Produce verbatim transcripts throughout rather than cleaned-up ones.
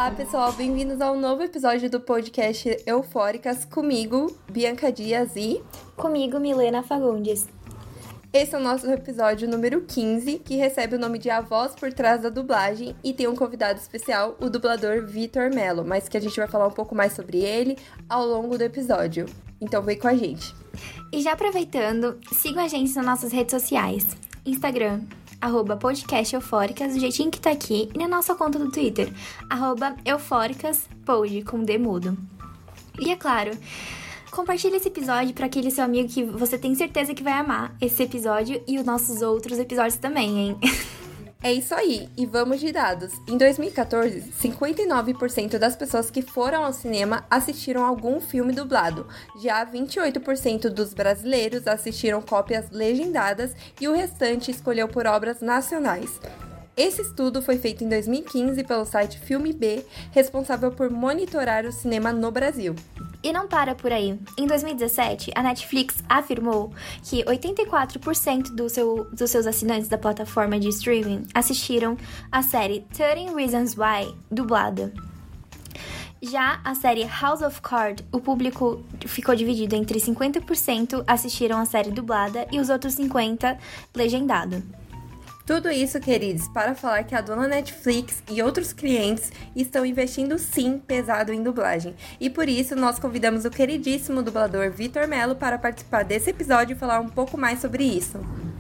Olá, pessoal, bem-vindos a um novo episódio do podcast Eufóricas, comigo, Bianca Dias e... comigo, Milena Fagundes. Esse é o nosso episódio número quinze, que recebe o nome de A Voz por Trás da Dublagem e tem um convidado especial, o dublador Vitor Mello, mas que a gente vai falar um pouco mais sobre ele ao longo do episódio. Então vem com a gente. E já aproveitando, sigam a gente nas nossas redes sociais. Instagram, arroba podcast Eufóricas, do jeitinho que tá aqui, e na nossa conta do Twitter, arroba eufóricaspod, com D mudo. E é claro, compartilhe esse episódio para aquele seu amigo que você tem certeza que vai amar esse episódio e os nossos outros episódios também, hein? É isso aí, e vamos de dados. Em dois mil e catorze, cinquenta e nove por cento das pessoas que foram ao cinema assistiram algum filme dublado. Já vinte e oito por cento dos brasileiros assistiram cópias legendadas e o restante escolheu por obras nacionais. Esse estudo foi feito em dois mil e quinze pelo site Filme B, responsável por monitorar o cinema no Brasil. E não para por aí. Em dois mil e dezessete, a Netflix afirmou que oitenta e quatro por cento do seu, dos seus assinantes da plataforma de streaming assistiram a série thirteen Reasons Why, dublada. Já a série House of Cards, o público ficou dividido entre cinquenta por cento assistiram a série dublada e os outros cinquenta por cento legendado. Tudo isso, queridos, para falar que a dona Netflix e outros clientes estão investindo sim pesado em dublagem. E por isso nós convidamos o queridíssimo dublador Vitor Mello para participar desse episódio e falar um pouco mais sobre isso.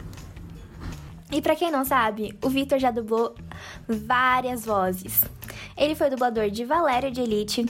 E pra quem não sabe, o Vitor já dublou várias vozes. Ele foi dublador de Valéria de Elite,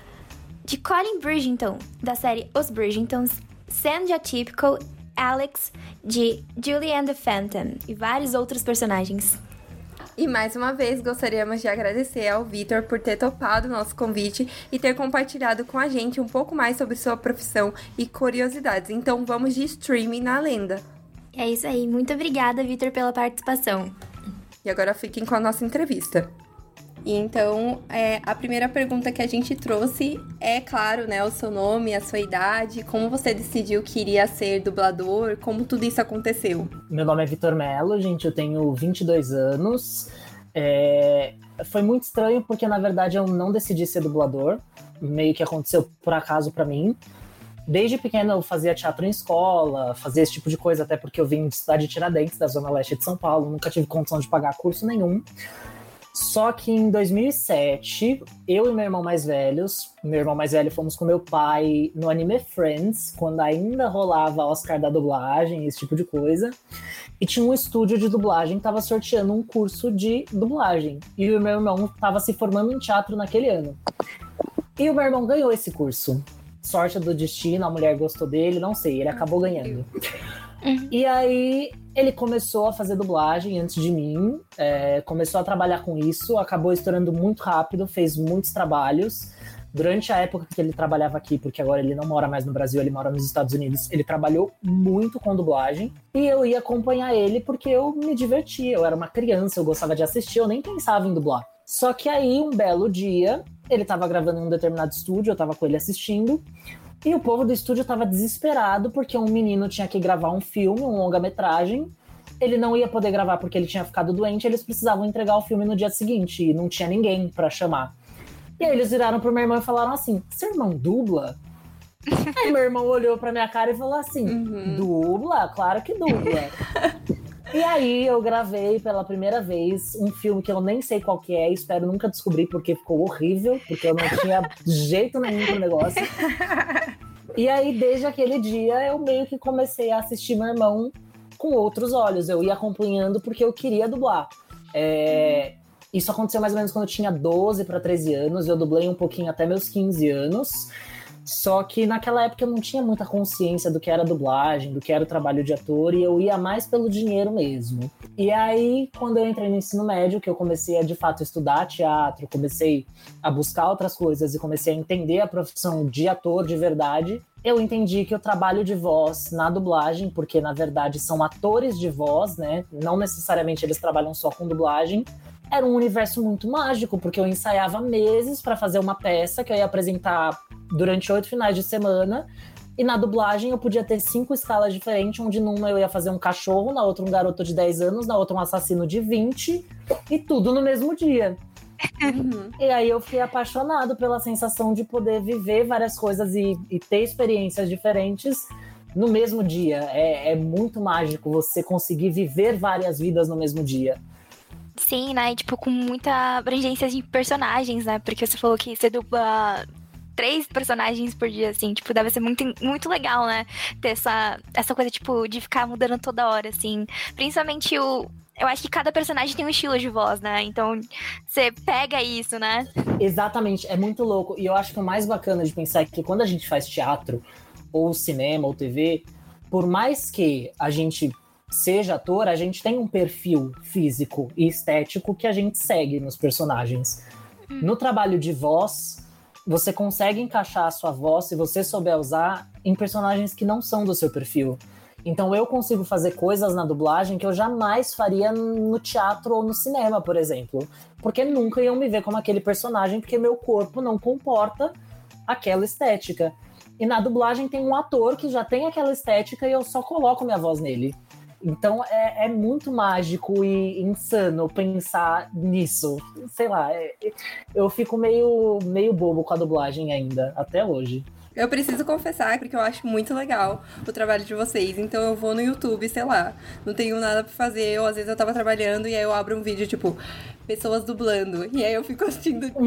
de Colin Bridgerton, da série Os Bridgertons, Sandy Atypical, Alex, de Julie and the Phantom e vários outros personagens. E mais uma vez gostaríamos de agradecer ao Vitor por ter topado o nosso convite e ter compartilhado com a gente um pouco mais sobre sua profissão e curiosidades. Então vamos de streaming na lenda. É isso aí, muito obrigada, Vitor, pela participação. E agora fiquem com a nossa entrevista. E então, é, a primeira pergunta que a gente trouxe é, claro, né, o seu nome, a sua idade, como você decidiu que iria ser dublador, como tudo isso aconteceu? Meu nome é Vitor Mello, gente, eu tenho vinte e dois anos. É... Foi muito estranho porque, na verdade, eu não decidi ser dublador, meio que aconteceu por acaso pra mim. Desde pequeno eu fazia teatro em escola, fazia esse tipo de coisa, até porque eu vim de cidade de Tiradentes, da zona leste de São Paulo, nunca tive condição de pagar curso nenhum. Só que em dois mil e sete, eu e meu irmão mais velhos, meu irmão mais velho fomos com meu pai no anime Friends, quando ainda rolava Oscar da dublagem, esse tipo de coisa. E tinha um estúdio de dublagem que estava sorteando um curso de dublagem. E o meu irmão estava se formando em teatro naquele ano. E o meu irmão ganhou esse curso. Sorte do destino, a mulher gostou dele, não sei, ele acabou ganhando. Uhum. E aí ele começou a fazer dublagem antes de mim, é, começou a trabalhar com isso, acabou estourando muito rápido, fez muitos trabalhos. Durante a época que ele trabalhava aqui, porque agora ele não mora mais no Brasil, ele mora nos Estados Unidos, ele trabalhou muito com dublagem. E eu ia acompanhar ele porque eu me divertia, eu era uma criança, eu gostava de assistir, eu nem pensava em dublar. Só que aí, um belo dia, ele tava gravando em um determinado estúdio, eu tava com ele assistindo, e o povo do estúdio tava desesperado porque um menino tinha que gravar um filme, um longa-metragem. Ele não ia poder gravar porque ele tinha ficado doente, eles precisavam entregar o filme no dia seguinte, e não tinha ninguém pra chamar. E aí eles viraram pro meu irmão e falaram assim, seu irmão dubla? Aí meu irmão olhou pra minha cara e falou assim, uhum. Dubla? Claro que dubla. E aí eu gravei pela primeira vez um filme que eu nem sei qual que é, espero nunca descobrir porque ficou horrível, porque eu não tinha jeito nenhum pro negócio. E aí desde aquele dia eu meio que comecei a assistir meu irmão com outros olhos, eu ia acompanhando porque eu queria dublar. É... Isso aconteceu mais ou menos quando eu tinha doze para treze anos, eu dublei um pouquinho até meus quinze anos. Só que naquela época eu não tinha muita consciência do que era dublagem, do que era o trabalho de ator, e eu ia mais pelo dinheiro mesmo. E aí, quando eu entrei no ensino médio, que eu comecei a de fato estudar teatro, comecei a buscar outras coisas e comecei a entender a profissão de ator de verdade, eu entendi que o trabalho de voz na dublagem, porque na verdade são atores de voz, né? Não necessariamente eles trabalham só com dublagem, era um universo muito mágico, porque eu ensaiava meses para fazer uma peça que eu ia apresentar durante oito finais de semana, e na dublagem eu podia ter cinco escalas diferentes, onde numa eu ia fazer um cachorro, na outra um garoto de dez anos, na outra um assassino de vinte, e tudo no mesmo dia. Uhum. E aí eu fiquei apaixonado pela sensação de poder viver várias coisas e, e ter experiências diferentes no mesmo dia. É, é muito mágico você conseguir viver várias vidas no mesmo dia. Sim, né? E, tipo, com muita abrangência de personagens, né? Porque você falou que você dubla três personagens por dia, assim. Tipo, deve ser muito, muito legal, né? Ter essa, essa coisa, tipo, de ficar mudando toda hora, assim. Principalmente o... Eu acho que cada personagem tem um estilo de voz, né? Então, você pega isso, né? Exatamente, é muito louco. E eu acho que o mais bacana de pensar é que quando a gente faz teatro, ou cinema, ou T V, por mais que a gente seja ator, a gente tem um perfil físico e estético que a gente segue nos personagens. Hum. No trabalho de voz, você consegue encaixar a sua voz, se você souber usar, em personagens que não são do seu perfil. Então eu consigo fazer coisas na dublagem que eu jamais faria no teatro ou no cinema, por exemplo. Porque nunca iam me ver como aquele personagem, porque meu corpo não comporta aquela estética. E na dublagem tem um ator que já tem aquela estética e eu só coloco minha voz nele. Então é, é muito mágico e insano pensar nisso. Sei lá, é, eu fico meio, meio bobo com a dublagem ainda, até hoje. Eu preciso confessar, porque eu acho muito legal o trabalho de vocês. Então eu vou no YouTube, sei lá, não tenho nada pra fazer. Ou às vezes eu tava trabalhando e aí eu abro um vídeo, tipo, pessoas dublando. E aí eu fico assistindo, tipo,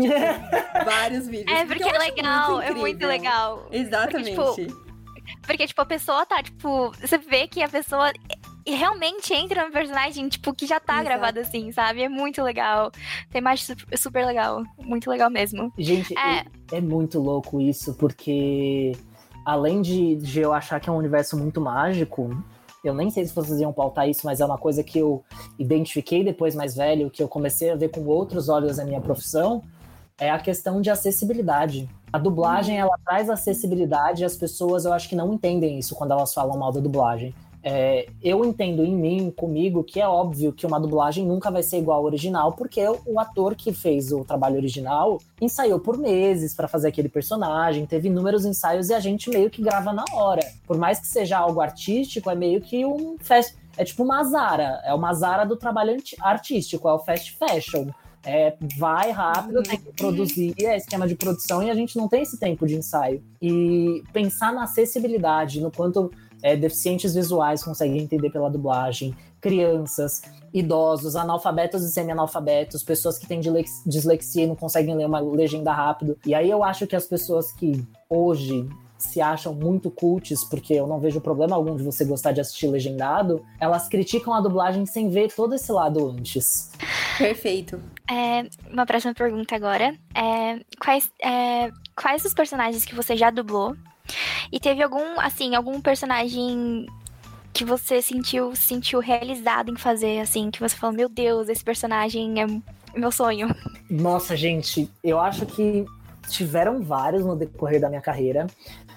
vários vídeos. É, porque, porque é legal, muito é muito legal. Exatamente. Porque tipo, porque, tipo, a pessoa tá, tipo, você vê que a pessoa... E realmente entra no personagem, tipo, que já tá Exato. Gravado assim, sabe? É muito legal. Tem mais super, super legal. Muito legal mesmo. Gente, é... é muito louco isso, porque além de, de eu achar que é um universo muito mágico, eu nem sei se vocês iam pautar isso, mas é uma coisa que eu identifiquei depois mais velho, que eu comecei a ver com outros olhos a minha profissão, é a questão de acessibilidade. A dublagem, ela traz acessibilidade e as pessoas, eu acho que não entendem isso quando elas falam mal da dublagem. É, eu entendo em mim, comigo, que é óbvio que uma dublagem nunca vai ser igual ao original, porque o ator que fez o trabalho original ensaiou por meses para fazer aquele personagem, teve inúmeros ensaios e a gente meio que grava na hora. Por mais que seja algo artístico, é meio que um fast... É tipo uma Zara, é uma Zara do trabalho artístico, é o fast fashion. É, vai rápido, tem que produzir, é esquema de produção e a gente não tem esse tempo de ensaio. E pensar na acessibilidade, no quanto... É, deficientes visuais conseguem entender pela dublagem, crianças, idosos, analfabetos e semi-analfabetos, pessoas que têm dislexia e não conseguem ler uma legenda rápido. E aí eu acho que as pessoas que hoje se acham muito cults, porque eu não vejo problema algum de você gostar de assistir legendado, elas criticam a dublagem sem ver todo esse lado antes. Perfeito. É, uma próxima pergunta agora. É, quais, é, quais os personagens que você já dublou? E teve algum, assim, algum personagem que você sentiu, sentiu realizado em fazer, assim, que você falou, meu Deus, esse personagem é meu sonho. Nossa, gente, eu acho que tiveram vários no decorrer da minha carreira.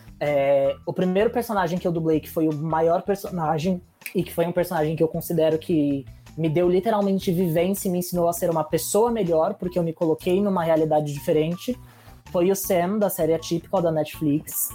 É, o primeiro personagem que eu dublei, que foi o maior personagem, e que foi um personagem que eu considero que me deu literalmente vivência e me ensinou a ser uma pessoa melhor, porque eu me coloquei numa realidade diferente, foi o Sam, da série Atypical da Netflix.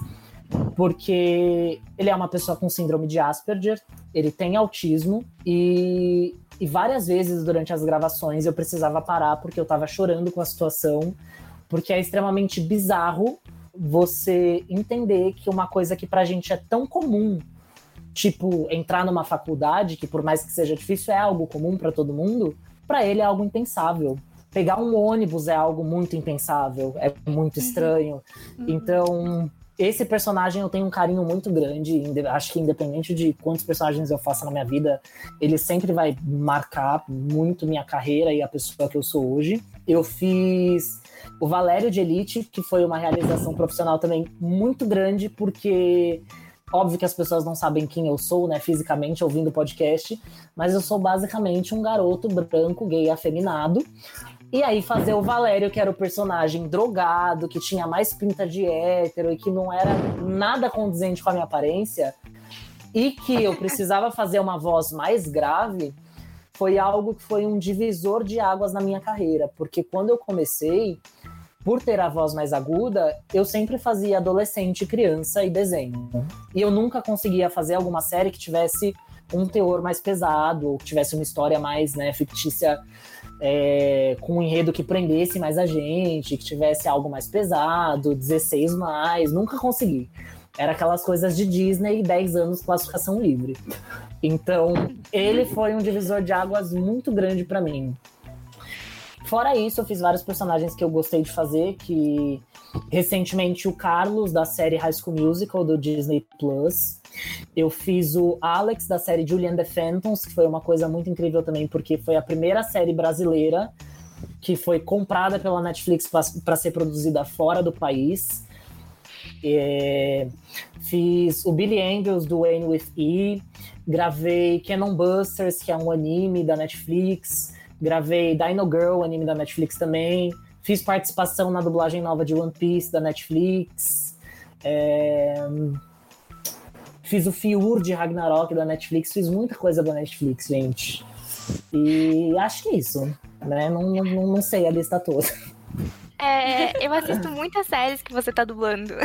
Porque ele é uma pessoa com síndrome de Asperger, ele tem autismo e, e várias vezes durante as gravações eu precisava parar porque eu tava chorando com a situação, porque é extremamente bizarro você entender que uma coisa que pra gente é tão comum, tipo entrar numa faculdade, que por mais que seja difícil é algo comum pra todo mundo, pra ele é algo impensável. Pegar um ônibus é algo muito impensável, é muito estranho. Uhum. Então... Esse personagem eu tenho um carinho muito grande, acho que independente de quantos personagens eu faça na minha vida, ele sempre vai marcar muito minha carreira e a pessoa que eu sou hoje. Eu fiz o Valério de Elite, que foi uma realização profissional também muito grande, porque óbvio que as pessoas não sabem quem eu sou, né, fisicamente, ouvindo o podcast, mas eu sou basicamente um garoto branco, gay, afeminado. E aí fazer o Valério, que era o personagem drogado, que tinha mais pinta de hétero e que não era nada condizente com a minha aparência, e que eu precisava fazer uma voz mais grave, foi algo que foi um divisor de águas na minha carreira. Porque quando eu comecei, por ter a voz mais aguda, eu sempre fazia adolescente, criança e desenho. E eu nunca conseguia fazer alguma série que tivesse um teor mais pesado, ou que tivesse uma história mais, né, fictícia, é, com um enredo que prendesse mais a gente, que tivesse algo mais pesado, dezesseis mais, nunca consegui. Era aquelas coisas de Disney, dez anos, classificação livre. Então, ele foi um divisor de águas muito grande pra mim. Fora isso, eu fiz vários personagens que eu gostei de fazer, que recentemente o Carlos, da série High School Musical, do Disney Plus. Eu fiz o Alex, da série Julie and the Phantoms, que foi uma coisa muito incrível também, porque foi a primeira série brasileira que foi comprada pela Netflix para ser produzida fora do país. É, fiz o Billy Angels, do Wayne with E. Gravei Cannon Busters, que é um anime da Netflix. Gravei Dino Girl, anime da Netflix também. Fiz participação na dublagem nova de One Piece, da Netflix. É... Fiz o Fiur de Ragnarok, da Netflix. Fiz muita coisa da Netflix, gente. E acho que é isso, né? Não, não, não sei a lista toda. É, eu assisto muitas séries que você tá dublando.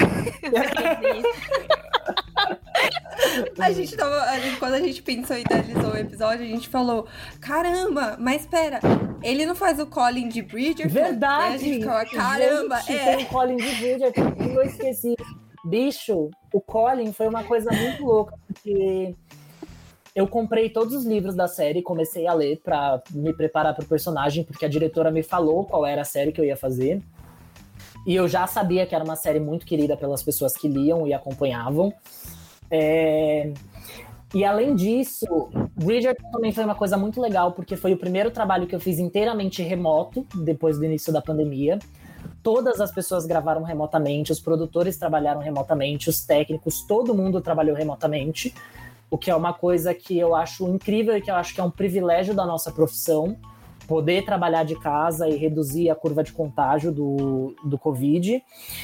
A gente tava, a gente, quando a gente pensou e idealizou o episódio, a gente falou, caramba, mas espera, ele não faz o Colin de Bridgerton? Verdade! Aí a gente ficou, caramba, gente, é. Tem o Colin de Bridgerton, eu esqueci. Bicho, o Colin foi uma coisa muito louca, porque eu comprei todos os livros da série, comecei a ler pra me preparar pro personagem, porque a diretora me falou qual era a série que eu ia fazer. E eu já sabia que era uma série muito querida pelas pessoas que liam e acompanhavam. É... E além disso, Bridgerton também foi uma coisa muito legal, porque foi o primeiro trabalho que eu fiz inteiramente remoto, depois do início da pandemia. Todas as pessoas gravaram remotamente, os produtores trabalharam remotamente, os técnicos, todo mundo trabalhou remotamente, o que é uma coisa que eu acho incrível e que eu acho que é um privilégio da nossa profissão, poder trabalhar de casa e reduzir a curva de contágio do, do Covid.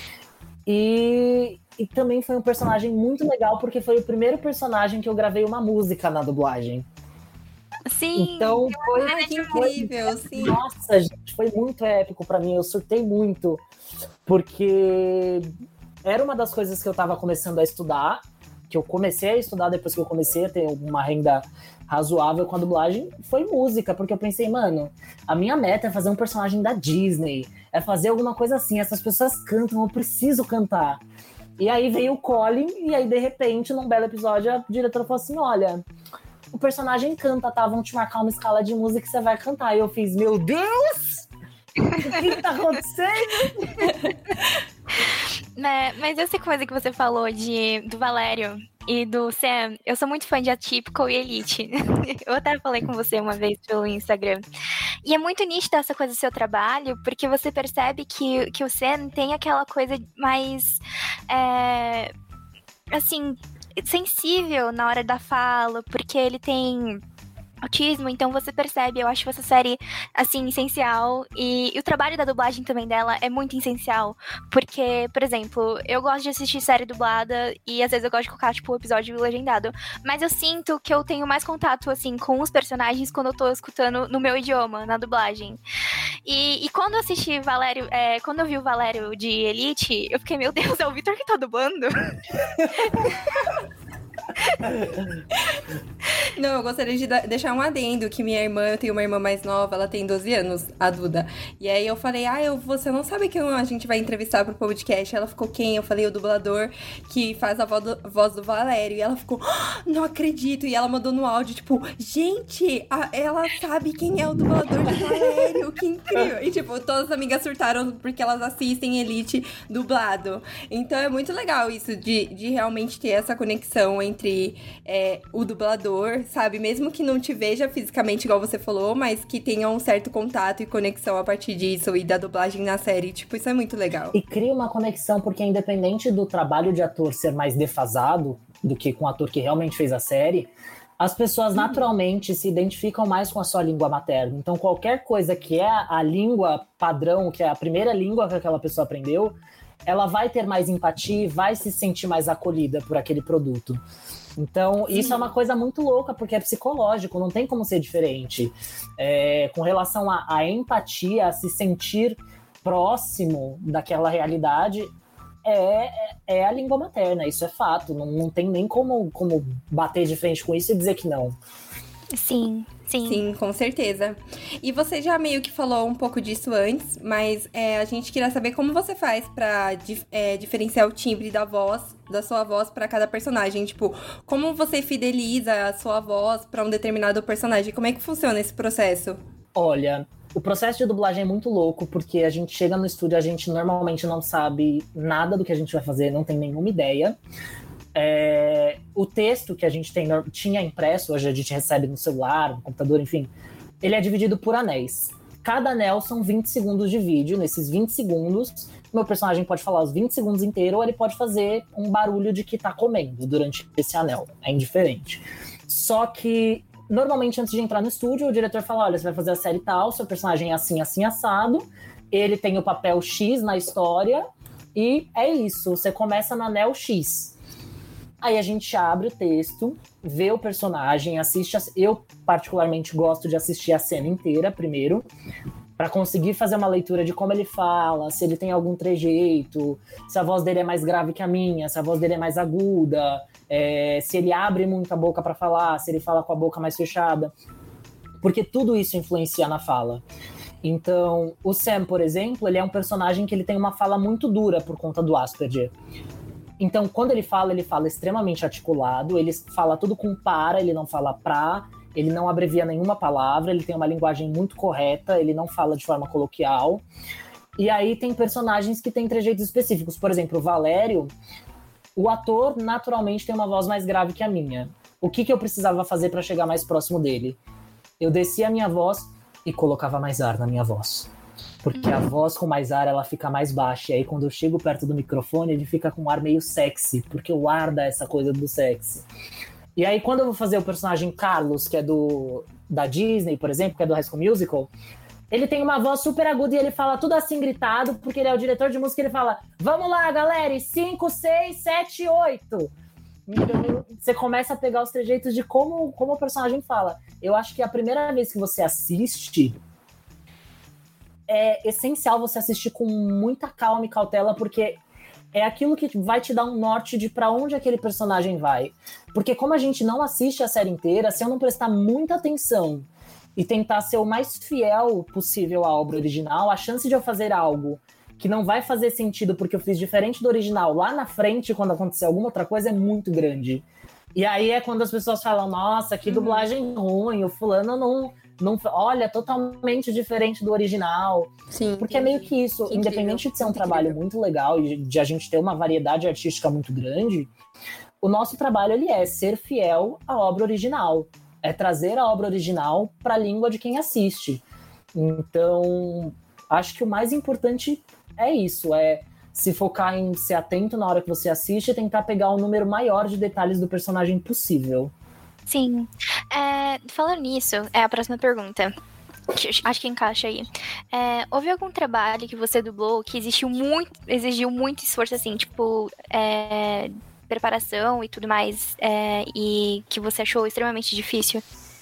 E, e também foi um personagem muito legal, porque foi o primeiro personagem que eu gravei uma música na dublagem. Sim! Então foi, Ai, que incrível, foi, sim. Nossa, gente, foi muito épico pra mim, eu surtei muito, porque era uma das coisas que eu tava começando a estudar, que eu comecei a estudar depois que eu comecei a ter uma renda razoável com a dublagem, foi música, porque eu pensei, mano, a minha meta é fazer um personagem da Disney, é fazer alguma coisa assim, essas pessoas cantam, eu preciso cantar. E aí veio o Colin, e aí de repente, num belo episódio, a diretora falou assim, olha, o personagem canta, tá? Vão te marcar uma escala de música e você vai cantar. E eu fiz, meu Deus! O que tá acontecendo? Né, mas essa coisa que você falou de, do Valério e do Sam, eu sou muito fã de Atypical e Elite. Eu até falei com você uma vez pelo Instagram. E é muito nítida essa coisa do seu trabalho, porque você percebe que, que o Sam tem aquela coisa mais, é, assim, sensível na hora da fala, porque ele tem autismo, então você percebe, eu acho essa série, assim, essencial, e, e o trabalho da dublagem também dela é muito essencial, porque, por exemplo, eu gosto de assistir série dublada, e às vezes eu gosto de colocar, tipo, o episódio legendado, mas eu sinto que eu tenho mais contato, assim, com os personagens quando eu tô escutando no meu idioma, na dublagem. E, e quando eu assisti Valério, é, quando eu vi o Valério de Elite, eu fiquei, meu Deus, é o Vitor que tá dublando? Não, eu gostaria de deixar um adendo, que minha irmã, eu tenho uma irmã mais nova, ela tem doze anos, a Duda. E aí eu falei, ah, eu, você não sabe quem a gente vai entrevistar pro podcast? Ela ficou, quem? Eu falei, o dublador que faz a voz do, voz do Valério. E ela ficou, ah, não acredito. E ela mandou no áudio, tipo, gente, a, ela sabe quem é o dublador do Valério, que incrível. E tipo, todas as amigas surtaram porque elas assistem Elite dublado. Então é muito legal isso, de, de realmente ter essa conexão entre é, o dublador, sabe? Mesmo que não te veja fisicamente, igual você falou, mas que tenha um certo contato e conexão a partir disso e da dublagem na série. Tipo, isso é muito legal. E cria uma conexão, porque independente do trabalho de ator ser mais defasado do que com o ator que realmente fez a série, as pessoas naturalmente se identificam mais com a sua língua materna. Então, qualquer coisa que é a língua padrão, que é a primeira língua que aquela pessoa aprendeu, ela vai ter mais empatia e vai se sentir mais acolhida por aquele produto. Então, Sim. isso é uma coisa muito louca, porque é psicológico, não tem como ser diferente. É, com relação à empatia, a se sentir próximo daquela realidade, é, é a língua materna, isso é fato. Não, não tem nem como, como bater de frente com isso e dizer que não. Sim, sim. Sim, com certeza. E você já meio que falou um pouco disso antes, mas é, a gente queria saber como você faz pra dif- é, diferenciar o timbre da voz, da sua voz pra cada personagem. Tipo, como você fideliza a sua voz pra um determinado personagem? Como é que funciona esse processo? Olha, o processo de dublagem é muito louco, porque a gente chega no estúdio, a gente normalmente não sabe nada do que a gente vai fazer, não tem nenhuma ideia. É, o texto que a gente tem, tinha impresso, hoje a gente recebe no celular, no computador, enfim, ele é dividido por anéis. Cada anel são vinte segundos de vídeo. Nesses vinte segundos, meu personagem pode falar os vinte segundos inteiros, ou ele pode fazer um barulho de que tá comendo durante esse anel. É indiferente. Só que, normalmente, antes de entrar no estúdio, o diretor fala, olha, você vai fazer a série tal, seu personagem é assim, assim, assado, ele tem o papel X na história, e é isso, você começa no anel X. Aí a gente abre o texto, vê o personagem, assiste... A... Eu, particularmente, gosto de assistir a cena inteira primeiro, para conseguir fazer uma leitura de como ele fala, se ele tem algum trejeito, se a voz dele é mais grave que a minha, se a voz dele é mais aguda, é... se ele abre muito a boca para falar, se ele fala com a boca mais fechada. Porque tudo isso influencia na fala. Então, o Sam, por exemplo, ele é um personagem que ele tem uma fala muito dura por conta do Asperger. Então, quando ele fala, ele fala extremamente articulado, ele fala tudo com para, ele não fala pra, ele não abrevia nenhuma palavra, ele tem uma linguagem muito correta, ele não fala de forma coloquial. E aí tem personagens que têm trejeitos específicos. Por exemplo, o Valério, o ator naturalmente tem uma voz mais grave que a minha. O que, que eu precisava fazer para chegar mais próximo dele? Eu descia a minha voz e colocava mais ar na minha voz. Porque a voz com mais ar, ela fica mais baixa. E aí, quando eu chego perto do microfone, ele fica com um ar meio sexy. Porque o ar dá essa coisa do sexy. E aí, quando eu vou fazer o personagem Carlos, que é do da Disney, por exemplo, que é do High School Musical, ele tem uma voz super aguda e ele fala tudo assim gritado, porque ele é o diretor de música e ele fala, vamos lá, galera, cinco, seis, sete, oito. Então, você começa a pegar os trejeitos de como, como o personagem fala. Eu acho que a primeira vez que você assiste... é essencial você assistir com muita calma e cautela, porque é aquilo que vai te dar um norte de pra onde aquele personagem vai. Porque como a gente não assiste a série inteira, se eu não prestar muita atenção e tentar ser o mais fiel possível à obra original, a chance de eu fazer algo que não vai fazer sentido porque eu fiz diferente do original lá na frente, quando acontecer alguma outra coisa, é muito grande. E aí é quando as pessoas falam, nossa, que dublagem ruim, o fulano não... Não, olha, totalmente diferente do original. Sim, porque entendi. É meio que isso, que independente de ser um muito trabalho incrível. Muito legal e de a gente ter uma variedade artística muito grande, o nosso trabalho ele é ser fiel à obra original, é trazer a obra original para a língua de quem assiste. Então, acho que o mais importante é isso, é se focar em ser atento na hora que você assiste e tentar pegar o número maior de detalhes do personagem possível. Sim. É, falando nisso, é a próxima pergunta. Acho que encaixa aí. É, houve algum trabalho que você dublou que exigiu muito, exigiu muito esforço, assim, tipo, é, preparação e tudo mais, é, e que você achou extremamente difícil?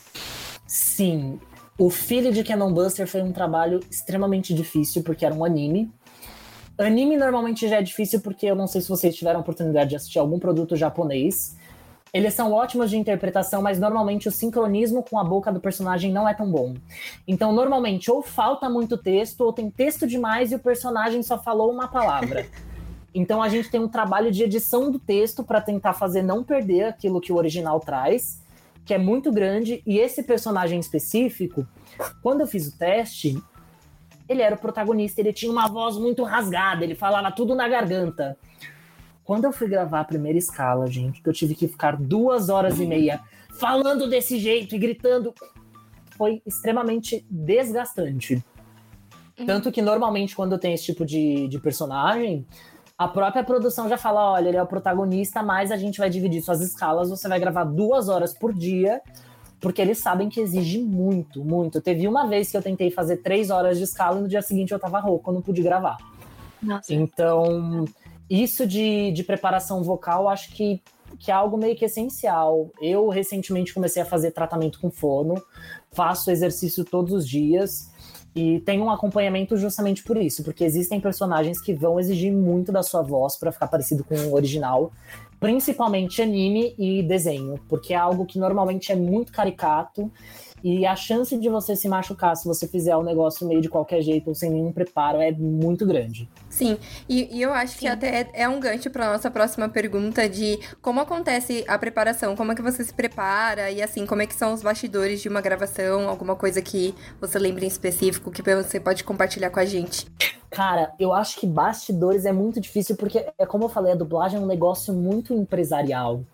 Sim. O Filho de Cannon Buster foi um trabalho extremamente difícil, porque era um anime. Anime normalmente já é difícil porque eu não sei se vocês tiveram a oportunidade de assistir algum produto japonês. Eles são ótimos de interpretação, mas normalmente o sincronismo com a boca do personagem não é tão bom. Então, normalmente, ou falta muito texto, ou tem texto demais e o personagem só falou uma palavra. Então, a gente tem um trabalho de edição do texto para tentar fazer não perder aquilo que o original traz, que é muito grande. E esse personagem específico, quando eu fiz o teste, ele era o protagonista, ele tinha uma voz muito rasgada, ele falava tudo na garganta. Quando eu fui gravar a primeira escala, gente, que eu tive que ficar duas horas e meia falando desse jeito e gritando, foi extremamente desgastante. Uhum. Tanto que, normalmente, quando tem esse tipo de, de personagem, a própria produção já fala, olha, ele é o protagonista, mas a gente vai dividir suas escalas, você vai gravar duas horas por dia, porque eles sabem que exige muito, muito. Teve uma vez que eu tentei fazer três horas de escala e no dia seguinte eu tava rouco, eu não pude gravar. Nossa. Então... Isso de, de preparação vocal, acho que, que é algo meio que essencial. Eu, recentemente, comecei a fazer tratamento com fono, faço exercício todos os dias, E tem um acompanhamento justamente por isso, porque existem personagens que vão exigir muito da sua voz para ficar parecido com o original, principalmente anime e desenho, porque é algo que normalmente é muito caricato e a chance de você se machucar se você fizer o negócio meio de qualquer jeito ou sem nenhum preparo é muito grande. Sim, e, e eu acho Sim. que até é um gancho para nossa próxima pergunta de como acontece a preparação, como é que você se prepara e assim, como é que são os bastidores de uma gravação, alguma coisa que você lembra em específico que você pode compartilhar com a gente. Cara, eu acho que bastidores é muito difícil porque, é como eu falei, a dublagem é um negócio muito empresarial.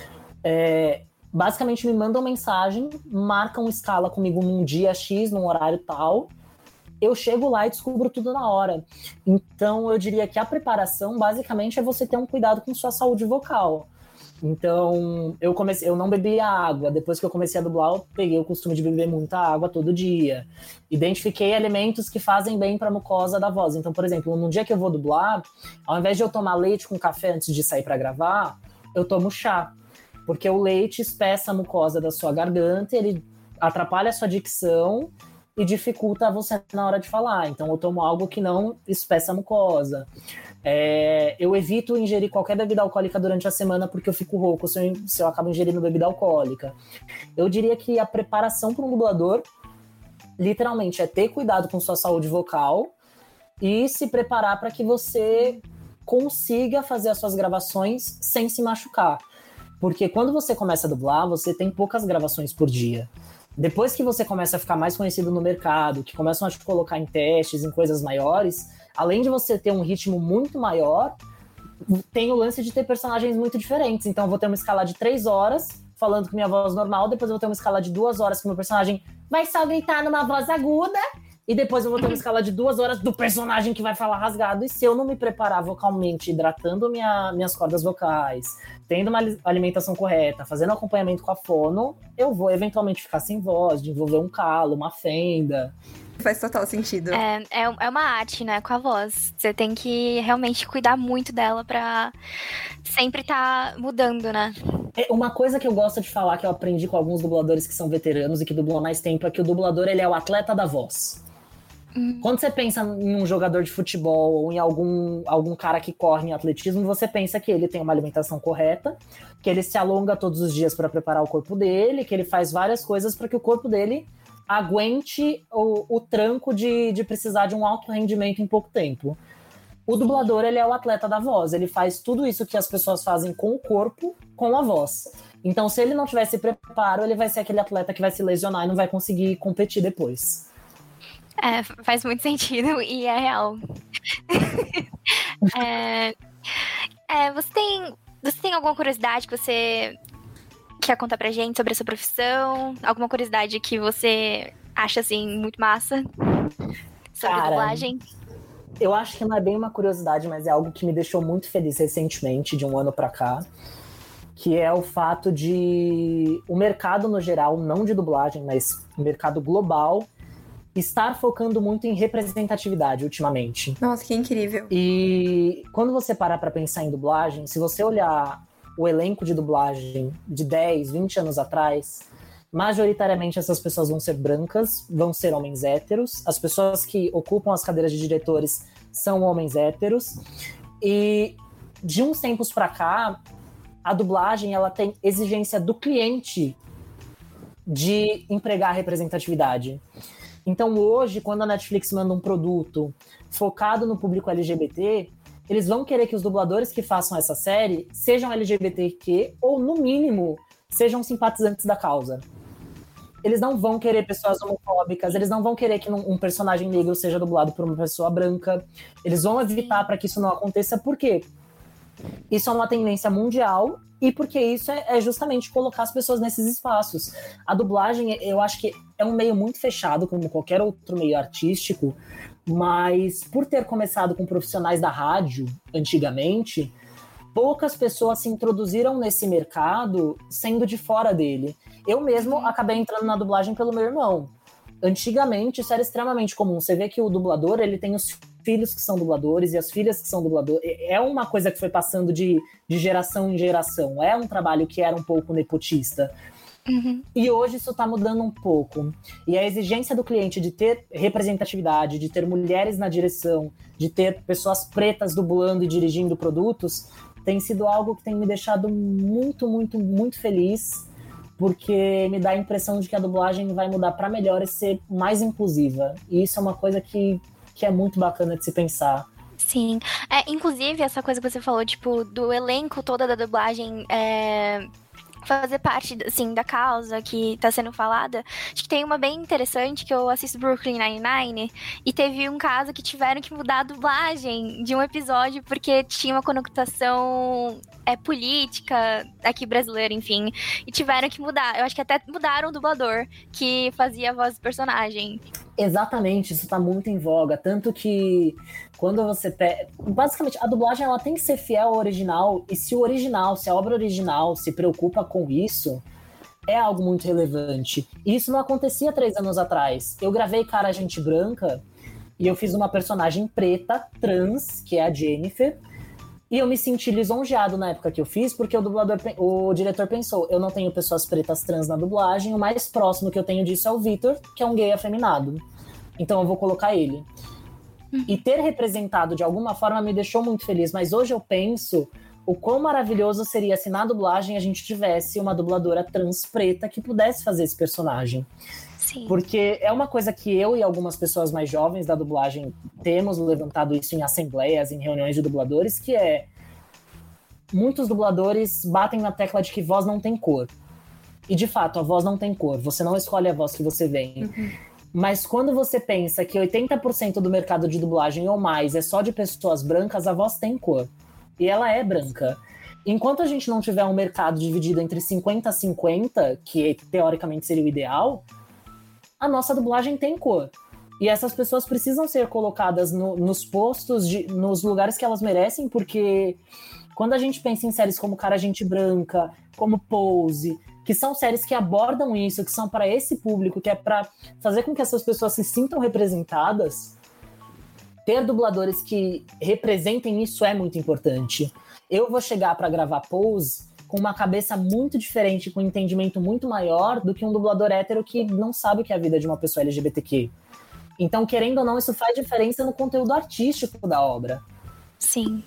É... Basicamente me mandam mensagem, marcam escala comigo num dia X, num horário tal. Eu chego lá e descubro tudo na hora. Então eu diria que a preparação basicamente é você ter um cuidado com sua saúde vocal. Então eu comecei, eu não bebia água. Depois que eu comecei a dublar, eu peguei o costume de beber muita água todo dia. Identifiquei alimentos que fazem bem para a mucosa da voz. Então, por exemplo, num dia que eu vou dublar, ao invés de eu tomar leite com café antes de sair para gravar, eu tomo chá. Porque o leite espessa a mucosa da sua garganta, ele atrapalha a sua dicção e dificulta você na hora de falar. Então eu tomo algo que não espessa a mucosa. É, eu evito ingerir qualquer bebida alcoólica durante a semana porque eu fico rouco se eu, se eu acabo ingerindo bebida alcoólica. Eu diria que a preparação para um dublador, literalmente, é ter cuidado com sua saúde vocal e se preparar para que você consiga fazer as suas gravações sem se machucar. Porque quando você começa a dublar, você tem poucas gravações por dia. Depois que você começa a ficar mais conhecido no mercado, que começam a te colocar em testes, em coisas maiores, além de você ter um ritmo muito maior, tem o lance de ter personagens muito diferentes. Então eu vou ter uma escala de três horas, falando com minha voz normal, depois eu vou ter uma escala de duas horas que meu personagem vai só gritar numa voz aguda, e depois eu vou ter uma escala de duas horas do personagem que vai falar rasgado. E se eu não me preparar vocalmente, hidratando minha, minhas cordas vocais, tendo uma alimentação correta, fazendo acompanhamento com a fono, eu vou eventualmente ficar sem voz, desenvolver um calo, uma fenda. Faz total sentido. É, é, é uma arte, né, com a voz. Você tem que realmente cuidar muito dela pra sempre estar tá mudando, né? É uma coisa que eu gosto de falar, que eu aprendi com alguns dubladores que são veteranos e que dublam há mais tempo, é que o dublador, ele é o atleta da voz. Hum. Quando você pensa em um jogador de futebol ou em algum, algum cara que corre em atletismo, você pensa que ele tem uma alimentação correta, que ele se alonga todos os dias para preparar o corpo dele, que ele faz várias coisas para que o corpo dele aguente o, o tranco de, de precisar de um alto rendimento em pouco tempo. O dublador, ele é o atleta da voz, ele faz tudo isso que as pessoas fazem com o corpo, com a voz. Então, se ele não tiver esse preparo, ele vai ser aquele atleta que vai se lesionar e não vai conseguir competir depois. É, faz muito sentido e é real. é, é, você tem, você tem alguma curiosidade que você quer contar pra gente sobre a sua profissão? Alguma curiosidade que você acha, assim, muito massa sobre Cara, dublagem? Eu acho que não é bem uma curiosidade, mas é algo que me deixou muito feliz recentemente, de um ano pra cá, que é o fato de o mercado no geral, não de dublagem, mas o mercado global, estar focando muito em representatividade ultimamente. Nossa, que incrível. E quando você parar pra pensar em dublagem, se você olhar o elenco de dublagem de dez, vinte anos atrás, majoritariamente essas pessoas vão ser brancas, vão ser homens héteros. As pessoas que ocupam as cadeiras de diretores são homens héteros. E de uns tempos pra cá, a dublagem, ela tem exigência do cliente de empregar representatividade. Então hoje, quando a Netflix manda um produto focado no público L G B T, eles vão querer que os dubladores que façam essa série sejam L G B T Q ou, no mínimo, sejam simpatizantes da causa. Eles não vão querer pessoas homofóbicas, eles não vão querer que um personagem negro seja dublado por uma pessoa branca. Eles vão evitar para que isso não aconteça. Por quê? Isso é uma tendência mundial e porque isso é, é justamente colocar as pessoas nesses espaços. A dublagem, eu acho que é um meio muito fechado, como qualquer outro meio artístico, mas por ter começado com profissionais da rádio antigamente, poucas pessoas se introduziram nesse mercado sendo de fora dele. Eu mesmo acabei entrando na dublagem pelo meu irmão. Antigamente, isso era extremamente comum. Você vê que o dublador, ele tem os filhos que são dubladores e as filhas que são dubladores. É uma coisa que foi passando de, de geração em geração. É um trabalho que era um pouco nepotista. Uhum. E hoje isso está mudando um pouco. E a exigência do cliente de ter representatividade, de ter mulheres na direção, de ter pessoas pretas dublando e dirigindo produtos, tem sido algo que tem me deixado muito, muito, muito feliz, porque me dá a impressão de que a dublagem vai mudar para melhor e ser mais inclusiva. E isso é uma coisa que, que é muito bacana de se pensar. Sim. É, inclusive, essa coisa que você falou, tipo, do elenco toda da dublagem é, fazer parte, assim, da causa que tá sendo falada. Acho que tem uma bem interessante que eu assisto Brooklyn Nine-Nine e teve um caso que tiveram que mudar a dublagem de um episódio porque tinha uma conotação é, política aqui brasileira, enfim, e tiveram que mudar. Eu acho que até mudaram o dublador que fazia a voz do personagem. Exatamente, isso tá muito em voga, tanto que quando você pega... Basicamente, a dublagem ela tem que ser fiel ao original, e se o original, se a obra original se preocupa com isso, é algo muito relevante. E isso não acontecia três anos atrás. Eu gravei Cara Gente Branca, e eu fiz uma personagem preta, trans, que é a Jennifer, e eu me senti lisonjeado na época que eu fiz, porque o dublador, o diretor pensou, eu não tenho pessoas pretas trans na dublagem, o mais próximo que eu tenho disso é o Victor, que é um gay afeminado. Então eu vou colocar ele. Hum. E ter representado de alguma forma me deixou muito feliz, mas hoje eu penso o quão maravilhoso seria se na dublagem a gente tivesse uma dubladora trans preta que pudesse fazer esse personagem. Sim. Porque é uma coisa que eu e algumas pessoas mais jovens da dublagem temos levantado isso em assembleias, em reuniões de dubladores, que é... Muitos dubladores batem na tecla de que voz não tem cor. E, de fato, a voz não tem cor. Você não escolhe a voz que você vem. Uhum. Mas quando você pensa que oitenta por cento do mercado de dublagem ou mais é só de pessoas brancas, a voz tem cor. E ela é branca. Enquanto a gente não tiver um mercado dividido entre cinquenta a cinquenta, que teoricamente seria o ideal... a nossa dublagem tem cor. E essas pessoas precisam ser colocadas no, nos postos, de, nos lugares que elas merecem, porque quando a gente pensa em séries como Cara Gente Branca, como Pose, que são séries que abordam isso, que são para esse público, que é para fazer com que essas pessoas se sintam representadas, ter dubladores que representem isso é muito importante. Eu vou chegar para gravar Pose com uma cabeça muito diferente, com um entendimento muito maior do que um dublador hétero que não sabe o que é a vida de uma pessoa L G B T Q. Então, querendo ou não, isso faz diferença no conteúdo artístico da obra. Sim.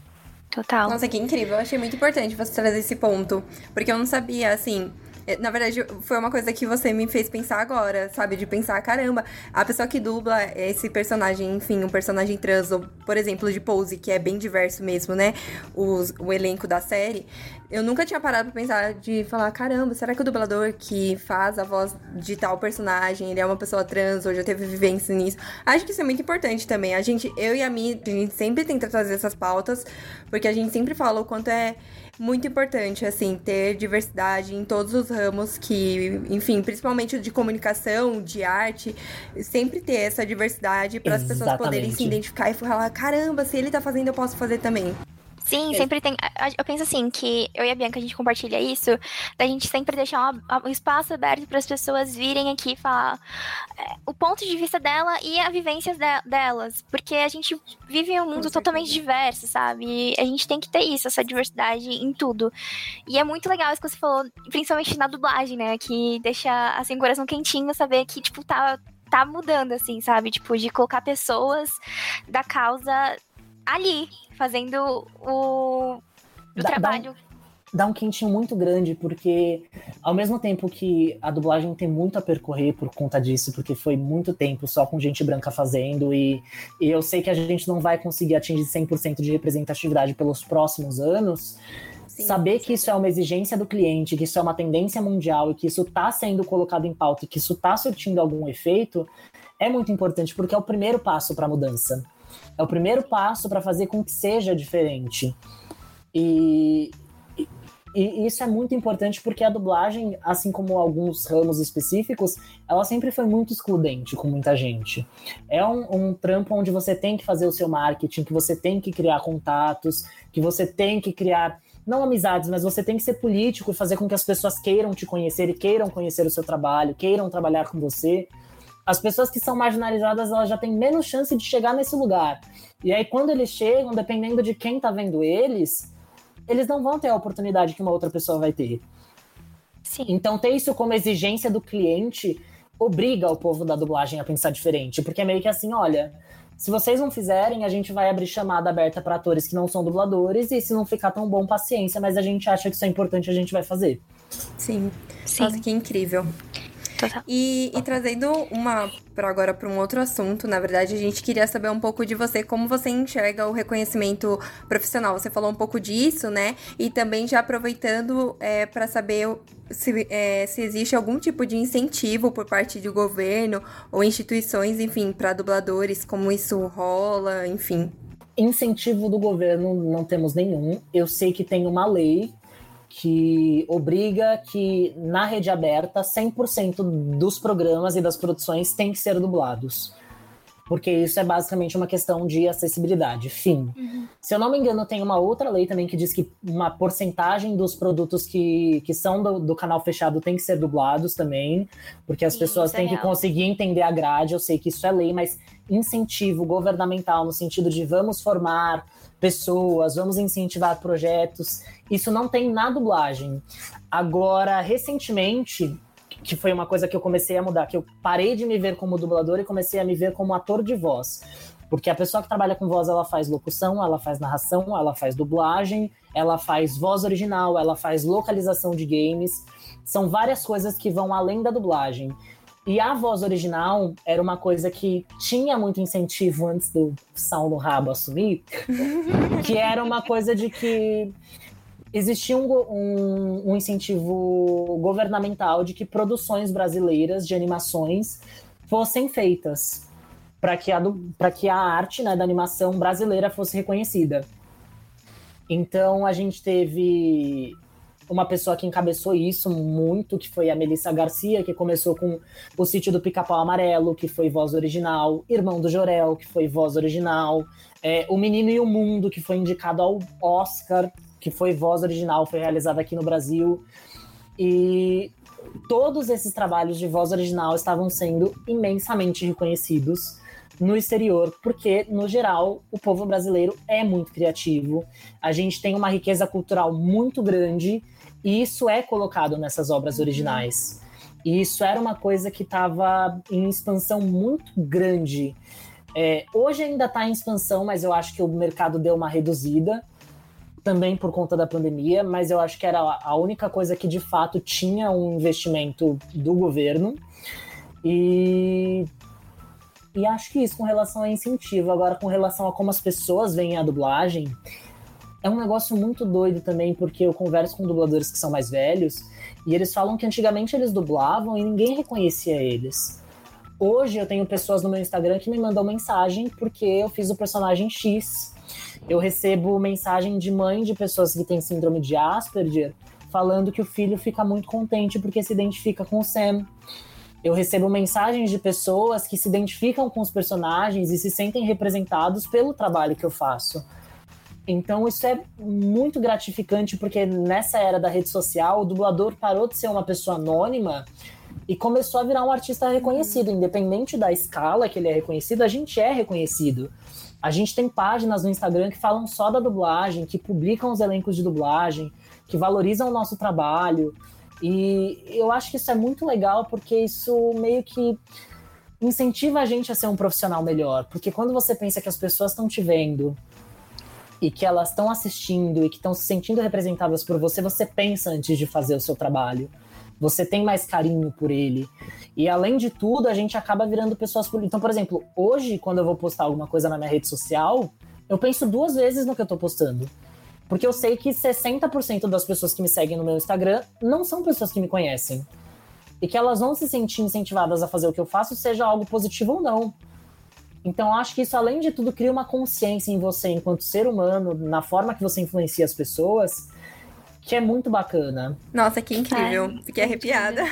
Total. Nossa, que incrível. Eu achei muito importante você trazer esse ponto. Porque eu não sabia, assim... Na verdade, foi uma coisa que você me fez pensar agora, sabe? De pensar, caramba, a pessoa que dubla esse personagem, enfim, um personagem trans, ou, por exemplo, de Pose, que é bem diverso mesmo, né? Os, o elenco da série. Eu nunca tinha parado pra pensar de falar, caramba, será que o dublador que faz a voz de tal personagem, ele é uma pessoa trans, ou já teve vivência nisso? Acho que isso é muito importante também. A gente, eu e a Mi, a gente sempre tenta trazer essas pautas, porque a gente sempre fala o quanto é muito importante, assim, ter diversidade em todos os ramos que, enfim, principalmente de comunicação, de arte, sempre ter essa diversidade para as pessoas poderem se identificar e falar, caramba, se ele tá fazendo, eu posso fazer também. Sim, sempre tem... Eu penso assim, que eu e a Bianca, a gente compartilha isso, da gente sempre deixar um espaço aberto para as pessoas virem aqui e falar é, o ponto de vista dela e a vivência de, delas. Porque a gente vive em um mundo totalmente diverso, sabe? E a gente tem que ter isso, essa diversidade em tudo. E é muito legal isso que você falou, principalmente na dublagem, né? Que deixa, assim, o coração quentinho saber que, tipo, tá, tá mudando, assim, sabe? Tipo, de colocar pessoas da causa ali, fazendo o, o dá, trabalho. Dá um, dá um quentinho muito grande, porque ao mesmo tempo que a dublagem tem muito a percorrer por conta disso, porque foi muito tempo só com gente branca fazendo, e, e eu sei que a gente não vai conseguir atingir cem por cento de representatividade pelos próximos anos. Sim, saber que isso é uma exigência do cliente, que isso é uma tendência mundial e que isso está sendo colocado em pauta e que isso está surtindo algum efeito, é muito importante, porque é o primeiro passo para a mudança. É o primeiro passo para fazer com que seja diferente. E, e, e isso é muito importante porque a dublagem, assim como alguns ramos específicos, ela sempre foi muito excludente com muita gente. É um, um trampo onde você tem que fazer o seu marketing, que você tem que criar contatos, que você tem que criar, não amizades, mas você tem que ser político e fazer com que as pessoas queiram te conhecer e queiram conhecer o seu trabalho, queiram trabalhar com você. As pessoas que são marginalizadas, elas já têm menos chance de chegar nesse lugar. E aí, quando eles chegam, dependendo de quem tá vendo eles, eles não vão ter a oportunidade que uma outra pessoa vai ter. Sim. Então, ter isso como exigência do cliente obriga o povo da dublagem a pensar diferente. Porque é meio que assim, olha, se vocês não fizerem, a gente vai abrir chamada aberta para atores que não são dubladores, e se não ficar tão bom, paciência, mas a gente acha que isso é importante, a gente vai fazer. Sim. Sim. Nossa, que incrível. Total. E, e trazendo uma para agora para um outro assunto, na verdade, a gente queria saber um pouco de você, como você enxerga o reconhecimento profissional. Você falou um pouco disso, né? E também já aproveitando é, para saber se, é, se existe algum tipo de incentivo por parte do governo ou instituições, enfim, para dubladores, como isso rola, enfim. Incentivo do governo não temos nenhum. Eu sei que tem uma lei que obriga que na rede aberta cem por cento dos programas e das produções têm que ser dublados. Porque isso é basicamente uma questão de acessibilidade, fim. Uhum. Se eu não me engano, tem uma outra lei também que diz que uma porcentagem dos produtos que, que são do, do canal fechado tem que ser dublados também, porque as Sim, pessoas têm é que real. conseguir entender a grade. Eu sei que isso é lei, mas incentivo governamental no sentido de vamos formar pessoas, vamos incentivar projetos, isso não tem na dublagem. Agora, recentemente, que foi uma coisa que eu comecei a mudar, que eu parei de me ver como dublador e comecei a me ver como ator de voz. Porque a pessoa que trabalha com voz, ela faz locução, ela faz narração, ela faz dublagem, ela faz voz original, ela faz localização de games. São várias coisas que vão além da dublagem. E a voz original era uma coisa que tinha muito incentivo antes do Sal no Rabo assumir, que era uma coisa de que existia um, um, um incentivo governamental de que produções brasileiras de animações fossem feitas para que, que a arte, né, da animação brasileira fosse reconhecida. Então a gente teve uma pessoa que encabeçou isso muito, que foi a Melissa Garcia, que começou com o Sítio do Pica-Pau Amarelo, que foi voz original, Irmão do Jorel, que foi voz original, é, O Menino e o Mundo, que foi indicado ao Oscar, que foi voz original, foi realizada aqui no Brasil. E todos esses trabalhos de voz original estavam sendo imensamente reconhecidos no exterior, porque, no geral, o povo brasileiro é muito criativo, a gente tem uma riqueza cultural muito grande, e isso é colocado nessas obras originais. E isso era uma coisa que estava em expansão muito grande. É, hoje ainda está em expansão, mas eu acho que o mercado deu uma reduzida, também por conta da pandemia, mas eu acho que era a única coisa que, de fato, tinha um investimento do governo. E... E acho que isso com relação a incentivo. Agora, com relação a como as pessoas veem a dublagem, é um negócio muito doido também, porque eu converso com dubladores que são mais velhos, e eles falam que antigamente eles dublavam e ninguém reconhecia eles. Hoje eu tenho pessoas no meu Instagram que me mandam mensagem porque eu fiz o personagem X. Eu recebo mensagem de mãe de pessoas que têm síndrome de Asperger, falando que o filho fica muito contente porque se identifica com o Sam. Eu recebo mensagens de pessoas que se identificam com os personagens e se sentem representados pelo trabalho que eu faço. Então isso é muito gratificante, porque nessa era da rede social, o dublador parou de ser uma pessoa anônima e começou a virar um artista reconhecido. Independente da escala que ele é reconhecido, a gente é reconhecido. A gente tem páginas no Instagram que falam só da dublagem, que publicam os elencos de dublagem, que valorizam o nosso trabalho. E eu acho que isso é muito legal, porque isso meio que incentiva a gente a ser um profissional melhor. Porque quando você pensa que as pessoas estão te vendo e que elas estão assistindo e que estão se sentindo representadas por você, você pensa antes de fazer o seu trabalho. Você tem mais carinho por ele. E além de tudo, a gente acaba virando pessoas... Então, por exemplo, hoje, quando eu vou postar alguma coisa na minha rede social, eu penso duas vezes no que eu tô postando. Porque eu sei que sessenta por cento das pessoas que me seguem no meu Instagram não são pessoas que me conhecem. E que elas vão se sentir incentivadas a fazer o que eu faço, seja algo positivo ou não. Então, eu acho que isso, além de tudo, cria uma consciência em você, enquanto ser humano, na forma que você influencia as pessoas, que é muito bacana. Nossa, que incrível. Ai, fiquei arrepiada.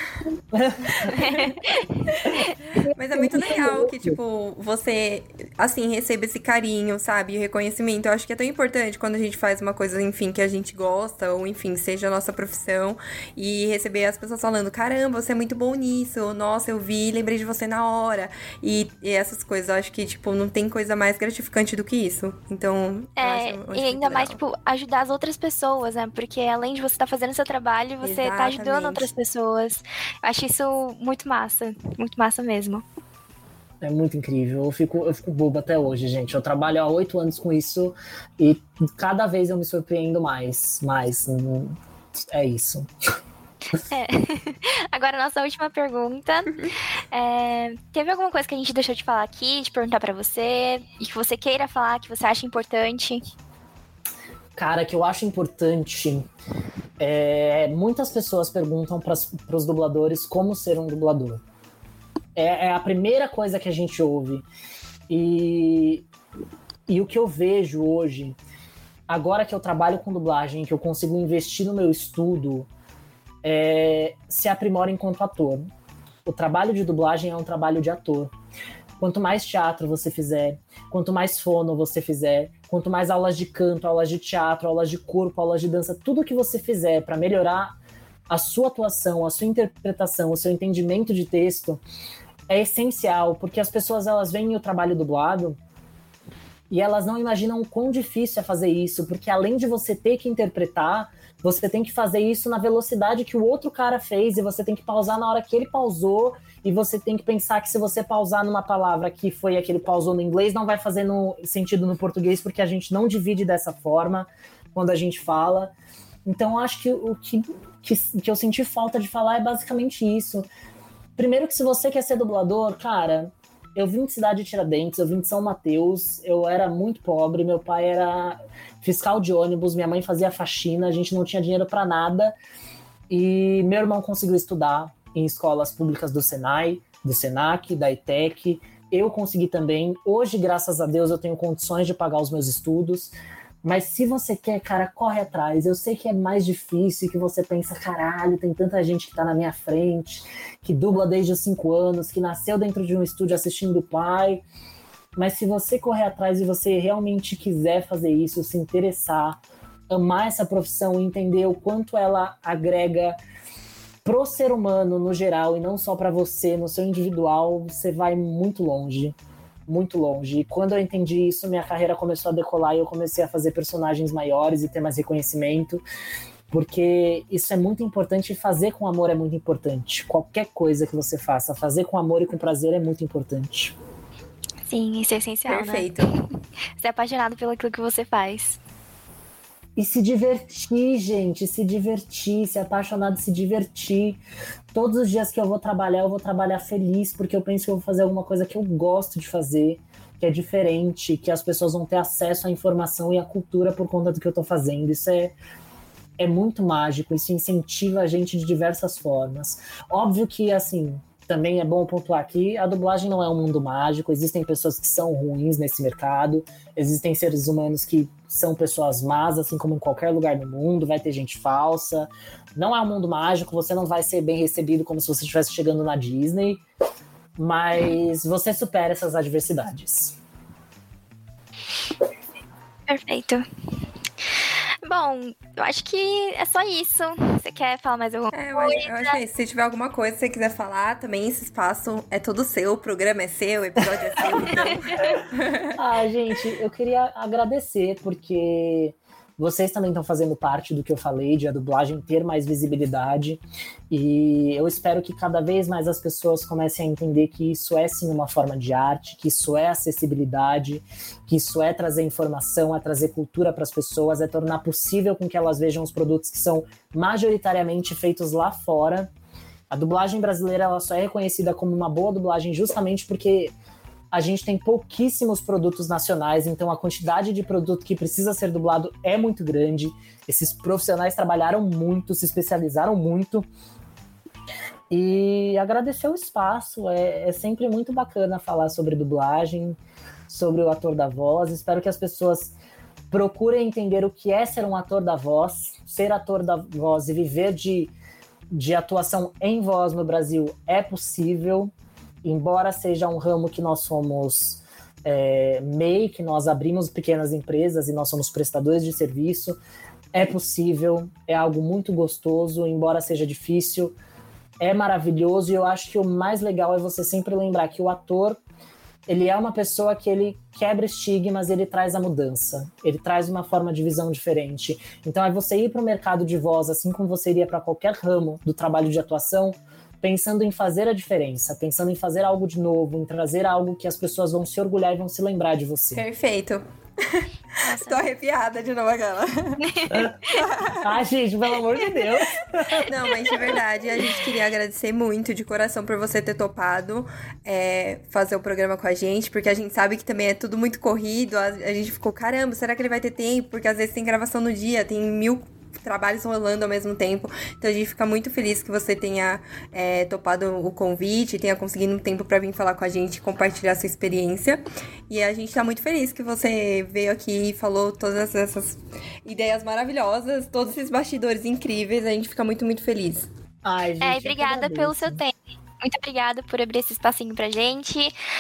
Mas é muito legal que, tipo, você, assim, receba esse carinho, sabe? O reconhecimento. Eu acho que é tão importante quando a gente faz uma coisa, enfim, que a gente gosta, ou, enfim, seja a nossa profissão, e receber as pessoas falando, caramba, você é muito bom nisso, nossa, eu vi, lembrei de você na hora. E, e essas coisas, eu acho que, tipo, não tem coisa mais gratificante do que isso. Então, é, eu acho, eu acho e ainda mais, tipo, ajudar as outras pessoas, né? Porque ela além de você estar tá fazendo seu trabalho, você Exatamente. tá ajudando outras pessoas. Eu acho isso muito massa, muito massa mesmo. É muito incrível, eu fico, eu fico bobo até hoje, gente. Eu trabalho há oito anos com isso e cada vez eu me surpreendo mais, mais. É isso. É. Agora, nossa última pergunta. É, teve alguma coisa que a gente deixou de falar aqui, de perguntar pra você, e que você queira falar, que você acha importante? Cara, que eu acho importante... É, muitas pessoas perguntam para os dubladores como ser um dublador. É, é a primeira coisa que a gente ouve. E, e o que eu vejo hoje, agora que eu trabalho com dublagem, que eu consigo investir no meu estudo, é, se aprimora enquanto ator. O trabalho de dublagem é um trabalho de ator. Quanto mais teatro você fizer, quanto mais fono você fizer, quanto mais aulas de canto, aulas de teatro, aulas de corpo, aulas de dança, tudo que você fizer para melhorar a sua atuação, a sua interpretação, o seu entendimento de texto, é essencial, porque as pessoas elas veem o trabalho dublado e elas não imaginam o quão difícil é fazer isso, porque além de você ter que interpretar, você tem que fazer isso na velocidade que o outro cara fez e você tem que pausar na hora que ele pausou e você tem que pensar que se você pausar numa palavra que foi a que ele pausou no inglês, não vai fazer no sentido no português, porque a gente não divide dessa forma quando a gente fala. Então, eu acho que o que, que, que eu senti falta de falar é basicamente isso. Primeiro que se você quer ser dublador, cara, eu vim de Cidade de Tiradentes, eu vim de São Mateus, eu era muito pobre, meu pai era fiscal de ônibus, minha mãe fazia faxina, a gente não tinha dinheiro pra nada, e meu irmão conseguiu estudar em escolas públicas do Senai, do Senac, da ETEC, eu consegui também. Hoje, graças a Deus, eu tenho condições de pagar os meus estudos. Mas se você quer, cara, corre atrás. Eu sei que é mais difícil, que você pensa, caralho, tem tanta gente que tá na minha frente, que dubla desde os cinco anos, que nasceu dentro de um estúdio assistindo o pai. Mas se você correr atrás e você realmente quiser fazer isso, se interessar, amar essa profissão, entender o quanto ela agrega pro ser humano no geral e não só para você, no seu individual, você vai muito longe. Muito longe. E quando eu entendi isso, minha carreira começou a decolar e eu comecei a fazer personagens maiores e ter mais reconhecimento, porque isso é muito importante e fazer com amor é muito importante. Qualquer coisa que você faça, fazer com amor e com prazer é muito importante. Sim, isso é essencial, Perfeito. Né? Ser apaixonado pelo aquilo que você faz. E se divertir, gente, se divertir, ser apaixonado, se divertir. Todos os dias que eu vou trabalhar, eu vou trabalhar feliz, porque eu penso que eu vou fazer alguma coisa que eu gosto de fazer, que é diferente, que as pessoas vão ter acesso à informação e à cultura por conta do que eu tô fazendo. Isso é, é muito mágico, isso incentiva a gente de diversas formas. Óbvio que, assim, também é bom pontuar aqui, a dublagem não é um mundo mágico, existem pessoas que são ruins nesse mercado, existem seres humanos que são pessoas más, assim como em qualquer lugar do mundo, vai ter gente falsa, não é um mundo mágico, você não vai ser bem recebido como se você estivesse chegando na Disney, mas você supera essas adversidades. Perfeito. Bom, eu acho que é só isso. Você quer falar mais alguma é, eu coisa? Acho, eu acho que é isso. Se tiver alguma coisa que você quiser falar, também esse espaço é todo seu, o programa é seu, o episódio é seu, então... Ah, gente, eu queria agradecer, porque vocês também estão fazendo parte do que eu falei, de a dublagem ter mais visibilidade, e eu espero que cada vez mais as pessoas comecem a entender que isso é sim uma forma de arte, que isso é acessibilidade, que isso é trazer informação, é trazer cultura para as pessoas, é tornar possível com que elas vejam os produtos que são majoritariamente feitos lá fora. A dublagem brasileira ela só é reconhecida como uma boa dublagem justamente porque a gente tem pouquíssimos produtos nacionais, então a quantidade de produto que precisa ser dublado é muito grande. Esses profissionais trabalharam muito, se especializaram muito. E agradecer o espaço, é, é sempre muito bacana falar sobre dublagem, sobre o ator da voz. Espero que as pessoas procurem entender o que é ser um ator da voz, ser ator da voz e viver de, de atuação em voz no Brasil é possível. Embora seja um ramo que nós somos é, M E I, que nós abrimos pequenas empresas e nós somos prestadores de serviço, é possível, é algo muito gostoso, embora seja difícil, é maravilhoso, e eu acho que o mais legal é você sempre lembrar que o ator, ele é uma pessoa que ele quebra estigmas, ele traz a mudança, ele traz uma forma de visão diferente. Então é você ir para o mercado de voz, assim como você iria para qualquer ramo do trabalho de atuação, pensando em fazer a diferença, pensando em fazer algo de novo, em trazer algo que as pessoas vão se orgulhar e vão se lembrar de você. Perfeito. Tô arrepiada de novo aquela. Ai, gente, pelo amor de Deus. Não, mas de verdade, a gente queria agradecer muito de coração por você ter topado é, fazer o programa com a gente, porque a gente sabe que também é tudo muito corrido. A, a gente ficou, caramba, será que ele vai ter tempo? Porque às vezes tem gravação no dia, tem mil trabalhos rolando ao mesmo tempo. Então a gente fica muito feliz que você tenha é, topado o convite, tenha conseguido um tempo pra vir falar com a gente e compartilhar a sua experiência. E a gente tá muito feliz que você veio aqui e falou todas essas ideias maravilhosas, todos esses bastidores incríveis. A gente fica muito, muito feliz. Ai, gente, é, obrigada pelo seu tempo. Muito obrigada por abrir esse espacinho pra gente.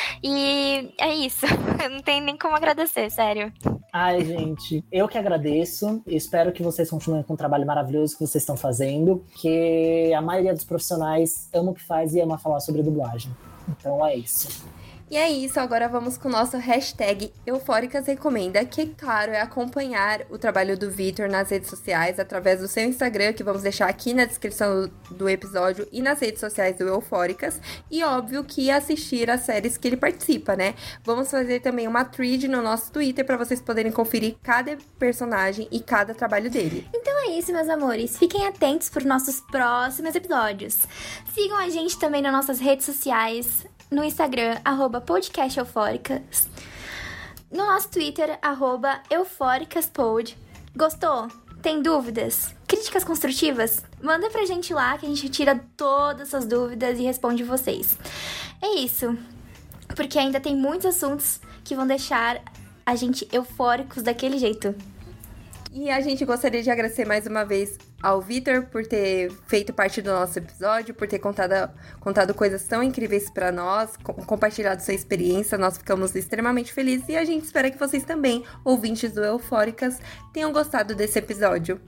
E é isso. Não tem nem como agradecer, sério. Ai, gente, eu que agradeço. Espero que vocês continuem com o trabalho maravilhoso que vocês estão fazendo, porque a maioria dos profissionais ama o que faz e ama falar sobre dublagem. Então é isso. E é isso, agora vamos com o nosso hashtag Eufóricas Recomenda, que, claro, é acompanhar o trabalho do Vitor nas redes sociais, através do seu Instagram, que vamos deixar aqui na descrição do, do episódio, e nas redes sociais do Eufóricas, e óbvio que assistir as séries que ele participa, né? Vamos fazer também uma thread no nosso Twitter para vocês poderem conferir cada personagem e cada trabalho dele. Então é isso, meus amores. Fiquem atentos para os nossos próximos episódios. Sigam a gente também nas nossas redes sociais, no Instagram, arroba podcast eufóricas. No nosso Twitter, arroba eufóricaspod. Gostou? Tem dúvidas? Críticas construtivas? Manda pra gente lá que a gente tira todas essas dúvidas e responde vocês. É isso. Porque ainda tem muitos assuntos que vão deixar a gente eufóricos daquele jeito. E a gente gostaria de agradecer mais uma vez ao Vitor por ter feito parte do nosso episódio, por ter contado, contado coisas tão incríveis pra nós, com, compartilhado sua experiência. Nós ficamos extremamente felizes e a gente espera que vocês também, ouvintes do Eufóricas, tenham gostado desse episódio.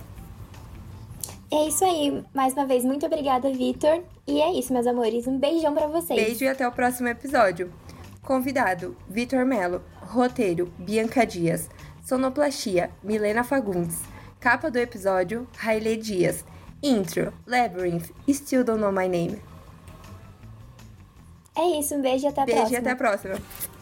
É isso aí. Mais uma vez, muito obrigada, Vitor. E é isso, meus amores. Um beijão pra vocês. Beijo e até o próximo episódio. Convidado, Vitor Mello. Roteiro, Bianca Dias. Sonoplastia, Milena Fagundes. Capa do episódio, Hailey Dias. Intro, Labyrinth, Still Don't Know My Name. É isso, um beijo e até a beijo próxima. Beijo e até a próxima.